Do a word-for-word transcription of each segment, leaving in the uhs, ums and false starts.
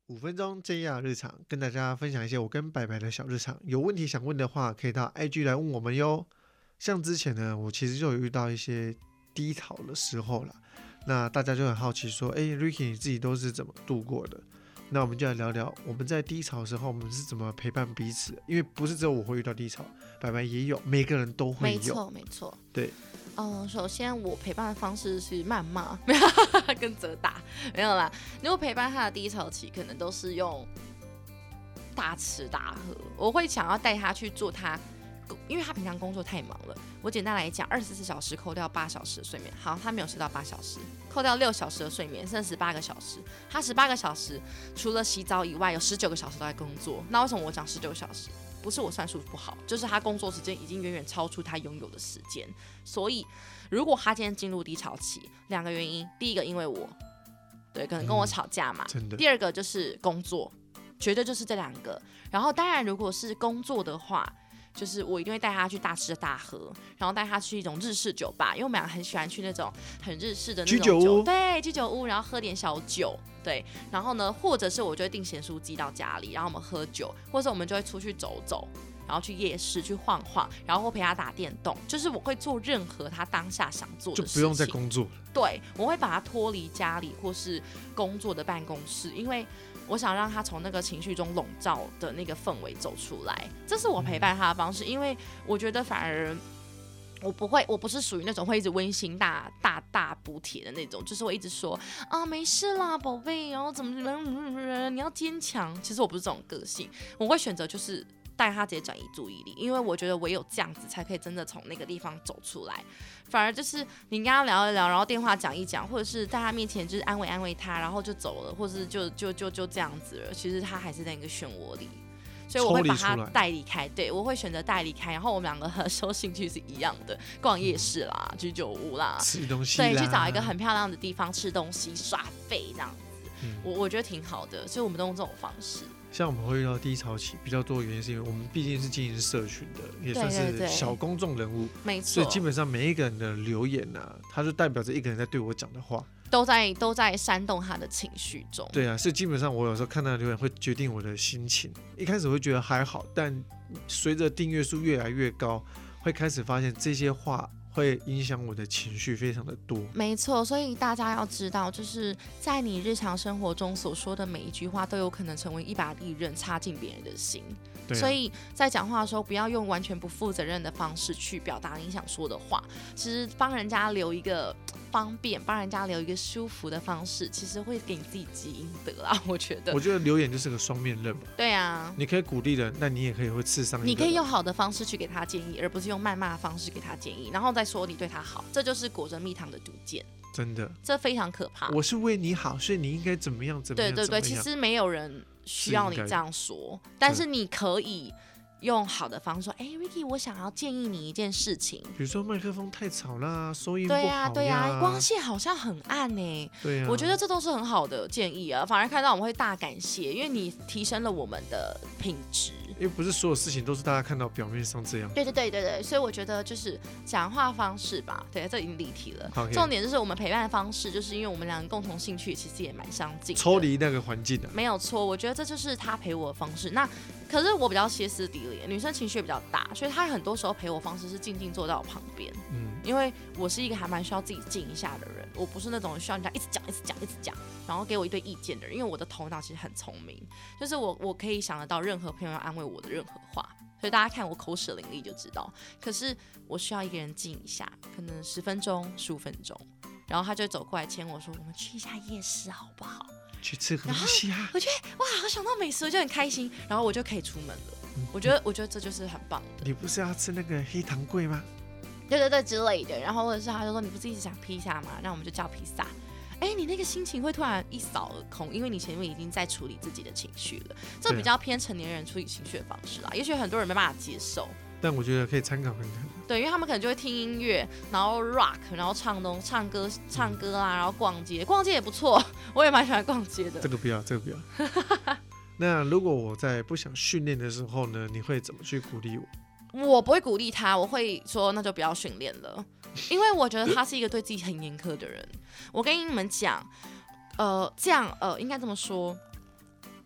五分钟建亚日常，跟大家分享一些我跟白白的小日常。有问题想问的话，可以到 I G 来问我们哟。像之前呢，我其实就有遇到一些低潮的时候啦，那大家就很好奇说，哎 ，Ricky 你自己都是怎么度过的？那我们就来聊聊我们在低潮的时候，我们是怎么陪伴彼此的。因为不是只有我会遇到低潮，白白也有，每个人都会有。 没错，没错。 对。 嗯，首先我陪伴的方式是谩骂跟责打，没有啦。如果陪伴他的低潮期，可能都是用大吃大喝。我会想要带他去做他，因为他平常工作太忙了。我简单来讲，二十四小时扣掉八小时的睡眠，好，他没有睡到八小时，扣掉六小时的睡眠，剩十八个小时。他十八个小时除了洗澡以外，有十九个小时都在工作。那为什么我讲十九个小时？不是我算数不好，就是他工作时间已经远远超出他拥有的时间。所以，如果他今天进入低潮期，两个原因：第一个，因为我，对，可能跟我吵架嘛； 嗯、 第二个就是工作，绝对就是这两个。然后，当然，如果是工作的话，就是我一定会带他去大吃大喝，然后带他去一种日式酒吧，因为我们俩很喜欢去那种很日式的那种居酒屋， 对，居酒屋，然后喝点小酒。对，然后呢，或者是我就会订咸酥鸡到家里，然后我们喝酒，或者我们就会出去走走，然后去夜市去晃晃，然后会陪他打电动，就是我会做任何他当下想做的事情， 就不用再工作了。 对，我会把他脱离家里或是工作的办公室，因为我想让他从那个情绪中笼罩的那个氛围走出来，这是我陪伴他的方式。因为我觉得反而我不会，我不是属于那种会一直温馨大大大补帖的那种，就是我一直说啊没事啦，宝贝，然后怎么怎么，你要坚强。其实我不是这种个性，我会选择就是带他直接转移注意力，因为我觉得唯有这样子才可以真的从那个地方走出来。反而就是你跟他聊一聊，然后电话讲一讲，或者是在他面前就是安慰安慰他，然后就走了，或者是就就就就这样子了。其实他还是在那个漩涡里。所以我会把他带离开，对，我会选择带离开，然后我们两个的收兴趣是一样的，逛夜市啦、嗯、居酒屋啦， 吃东西啦， 对，去找一个很漂亮的地方吃东西、耍废这样子，嗯、我我觉得挺好的，所以我们都用这种方式。 像我们会遇到低潮期比较多的原因，是因为我们毕竟是经营社群的，也算是小公众人物， 没错。 所以基本上每一个人的留言啊，它就代表着一个人在对我讲的话， 都在都在煽动他的情绪中。 对啊，所以基本上我有时候看到的留言会决定我的心情。一开始会觉得还好，但随着订阅数越来越高，会开始发现这些话会影响我的情绪非常的多。 没错，所以大家要知道，就是在你日常生活中所说的每一句话，都有可能成为一把利刃插进别人的心。 对啊、 所以在讲话的时候，不要用完全不负责任的方式去表达你想说的话。其实帮人家留一个方便，帮人家留一个舒服的方式，其实会给你自己积阴德啦。我觉得， 我觉得留言就是个双面刃吧。 对啊， 你可以鼓励人，但你也可以会刺伤一个人。 你可以用好的方式去给他建议，而不是用谩骂的方式给他建议，然后再说你对他好，这就是裹着蜜糖的毒箭。 真的， 这非常可怕。 我是为你好，所以你应该怎么样怎么样。 对对对，其实没有人需要你这样说，但是你可以用好的方式说，哎 ，Ricky， 我想要建议你一件事情， 比如说麦克风太吵啦，收音不好呀， 对呀、啊、对呀、啊，光线好像很暗呢， 对呀、啊， 我觉得这都是很好的建议啊，反而看到我们会大感谢，因为你提升了我们的品质。 因为不是所有事情都是大家看到表面上这样。 对对对对对，所以我觉得就是讲话方式吧，对，这已经离题了。 Okay. 重点就是我们陪伴的方式，就是因为我们两个共同兴趣其实也蛮相近的， 抽离那个环境的、啊， 没有错。我觉得这就是他陪我的方式。那可是我比较歇斯底里，女生情绪也比较大，所以她很多时候陪我方式是静静坐在我旁边。嗯，因为我是一个还蛮需要自己静一下的人，我不是那种需要人家一直讲、一直讲、一直讲，然后给我一堆意见的人。因为我的头脑其实很聪明，就是我我可以想得到任何朋友要安慰我的任何话。所以大家看我口齿伶俐就知道，可是我需要一个人静一下，可能十分钟、十五分钟，然后他就走过来牵我说：“我们去一下夜市好不好？ 去吃个东西啊！” 我觉得哇，我想到美食我就很开心，然后我就可以出门了。嗯、我觉得，我觉得这就是很棒的。 你不是要吃那个黑糖桂吗？ 对对对之类的，然后或者是他就说：“你不是一直想披萨吗？那我们就叫披萨。”哎，你那个心情会突然一扫而空，因为你前面已经在处理自己的情绪了，这比较偏成年人处理情绪的方式啦。也许很多人没办法接受， 但我觉得可以参考看看。 对，因为他们可能就会听音乐，然后 rock， 然后唱东唱歌唱歌啦，然后逛街，逛街也不错，我也蛮喜欢逛街的。 这个不要，这个不要。那如果我在不想训练的时候呢，你会怎么去鼓励我？ 我不会鼓励他，我会说那就不要训练了，因为我觉得他是一个对自己很严苛的人。我跟你们讲，呃，这样呃，应该这么说，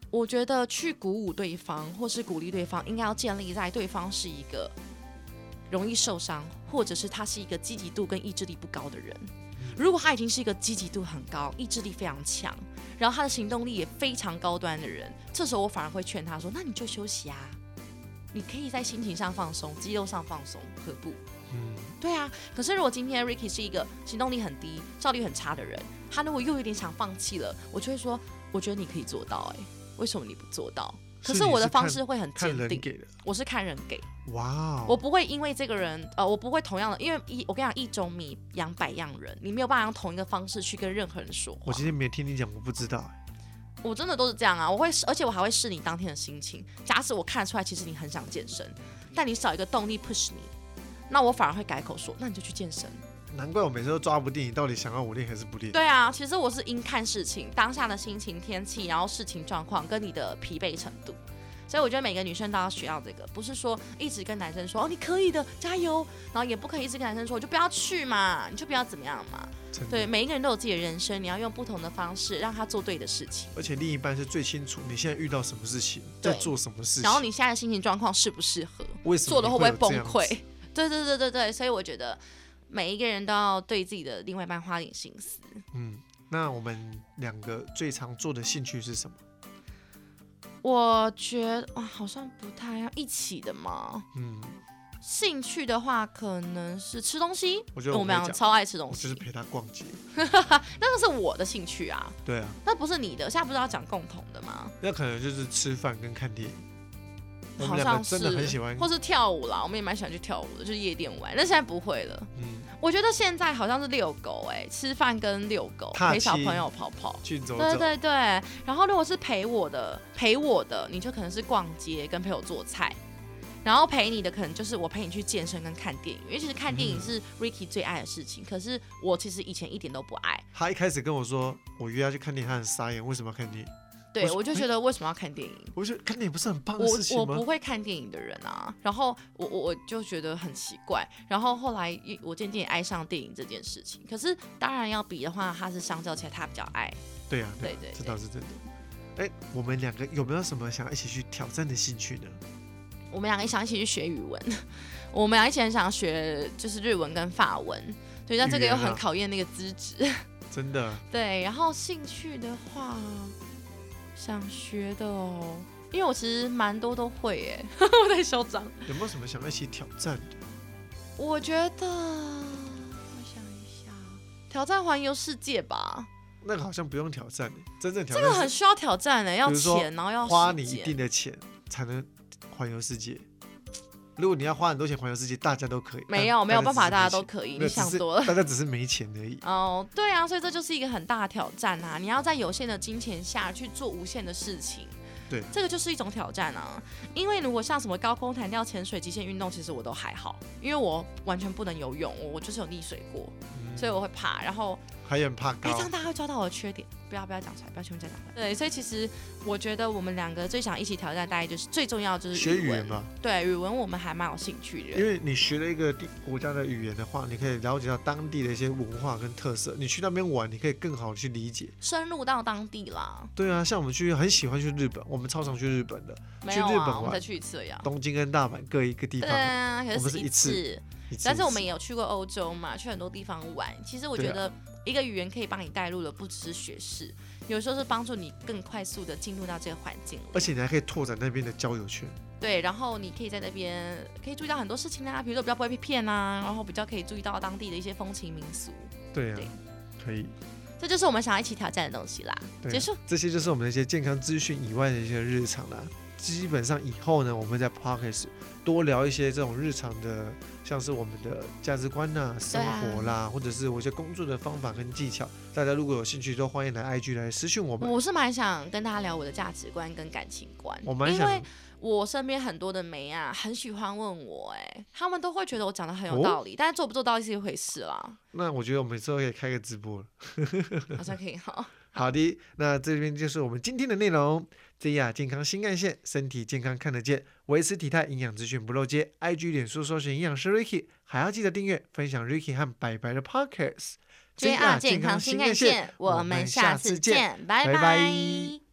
我觉得去鼓舞对方或是鼓励对方，应该要建立在对方是一个容易受伤，或者是他是一个积极度跟意志力不高的人。如果他已经是一个积极度很高、意志力非常强，然后他的行动力也非常高端的人，这时候我反而会劝他说：“那你就休息啊，你可以在心情上放松，肌肉上放松，何不？”嗯，对啊。可是如果今天 Ricky 是一个行动力很低、效率很差的人，他如果又有点想放弃了，我就会说：“我觉得你可以做到、欸，哎，为什么你不做到？”可是我的方式会很坚定，我是看人给。哇、wow ！我不会因为这个人，呃，我不会同样的，因为一我跟你讲，一种米养百样人，你没有办法用同一个方式去跟任何人说话。 我今天没听你讲，我不知道、欸。 我真的都是这样啊，我会，而且我还会试你当天的心情。假使我看得出来，其实你很想健身，但你少一个动力 push 你，那我反而会改口说，那你就去健身。 难怪我每次都抓不定你到底想要我练还是不练。 对啊，其实我是因看事情当下的心情、天气，然后事情状况跟你的疲惫程度。所以我觉得每个女生都要学到这个，不是说一直跟男生说哦你可以的，加油，然后也不可以一直跟男生说我就不要去嘛，你就不要怎么样嘛。对，每一个人都有自己的人生，你要用不同的方式让他做对的事情。 而且另一半是最清楚你现在遇到什么事情，在做什么事情， 然后你现在的心情状况适不适合， 为什么做的会不会崩溃？对对对对对，所以我觉得每一个人都要对自己的另外一半花点心思。 嗯，那我们两个最常做的兴趣是什么？ 我觉得哇，好像不太要一起的嘛。嗯，兴趣的话可能是吃东西。 我觉得我们两个超爱吃东西， 我就是陪他逛街。 那个是我的兴趣啊。 对啊， 那不是你的。现在不是要讲共同的吗？ 那可能就是吃饭跟看电影。我们两个真的很喜欢， 或是跳舞啦，我们也蛮喜欢去跳舞的，就是夜店玩。但现在不会了。嗯，我觉得现在好像是遛狗、欸，哎，吃饭跟遛狗，陪小朋友跑跑， 去走走。 对对对。然后如果是陪我的，陪我的，你就可能是逛街跟陪我做菜。然后陪你的可能就是我陪你去健身跟看电影，因为其实看电影是 Ricky 最爱的事情。嗯、可是我其实以前一点都不爱。 他一开始跟我说我约他去看电影，他很傻眼，为什么要看电影？ 对，我就觉得为什么要看电影？ 我觉得看电影不是很棒的事情吗？ 我我不会看电影的人啊，然后我我我就觉得很奇怪，然后后来我渐渐也爱上电影这件事情。可是当然要比的话，他是相较起来他比较爱。 对啊，对对，这倒是真的。哎，我们两个有没有什么想一起去挑战的兴趣呢？ 我们两个想一起去学语文，我们俩一起很想学就是日文跟法文，对，但这个又很考验那个资质。 真的。对， 然后兴趣的话。想学的哦，因为我其实蛮多都会耶，我太嚣张。 有没有什么想一起挑战的？ 我觉得，我想一下，挑战环游世界吧。 那个好像不用挑战，真正挑战这个很需要挑战的，要钱，然后要花你一定的钱才能环游世界。如果你要花很多钱环游世界，大家都可以。 没有没有办法，大家都可以。你想多了， 大家只是没钱而已。 哦，对啊，所以这就是一个很大的挑战啊！你要在有限的金钱下去做无限的事情。 对， 这个就是一种挑战啊。因为如果像什么高空弹跳、潜水、极限运动，其实我都还好，因为我完全不能游泳，我就是有溺水过，嗯、所以我会怕。然后还很怕高， 哎，这样大家会抓到我的缺点。不要不要讲出来，不要全部再讲出来。对，所以其实我觉得我们两个最想一起挑战，大概就是最重要的就是学语言吧。 对，语文我们还蛮有兴趣的。 因为你学了一个国家的语言的话，你可以了解到当地的一些文化跟特色。你去那边玩，你可以更好的去理解， 深入到当地啦。 对啊，像我们去很喜欢去日本，我们超常去日本的。 没有啊， 去日本玩， 我们才去一次呀。 东京跟大阪各一个地方。 对啊，可是我们是一次。 一次但是我们也有去过欧洲嘛，去很多地方玩。其实我觉得一个语言可以帮你带入的不只是学识，有时候是帮助你更快速的进入到这个环境里， 而且你还可以拓展那边的交友圈。 对，然后你可以在那边可以注意到很多事情啊，比如说比较不会被骗啊，然后比较可以注意到当地的一些风情民俗。 对啊，对，可以。 这就是我们想要一起挑战的东西啦。结束。 这些就是我们的一些健康资讯以外的一些日常啦。基本上以后呢，我们在 Podcast 多聊一些这种日常的，像是我们的价值观呐、生活啦，啊、或者是我一些工作的方法跟技巧。大家如果有兴趣，都欢迎来 I G 来私讯我们。 我是蛮想跟大家聊我的价值观跟感情观， 我蛮想， 因为我身边很多的妹啊，很喜欢问我、欸，哎，他们都会觉得我讲的很有道理，哦、但是做不做到是一回事啦。 那我觉得我们之后可以开个直播了， 好像可以哈。 好的，那这边就是我们今天的内容。J R 健康新干线，身体健康看得见，维持体态，营养资讯不漏接。I G 脸书搜寻营养师 Ricky， 还要记得订阅、分享 Ricky 和白白的 Podcast。 J R 健康新干线，我们下次见，拜拜。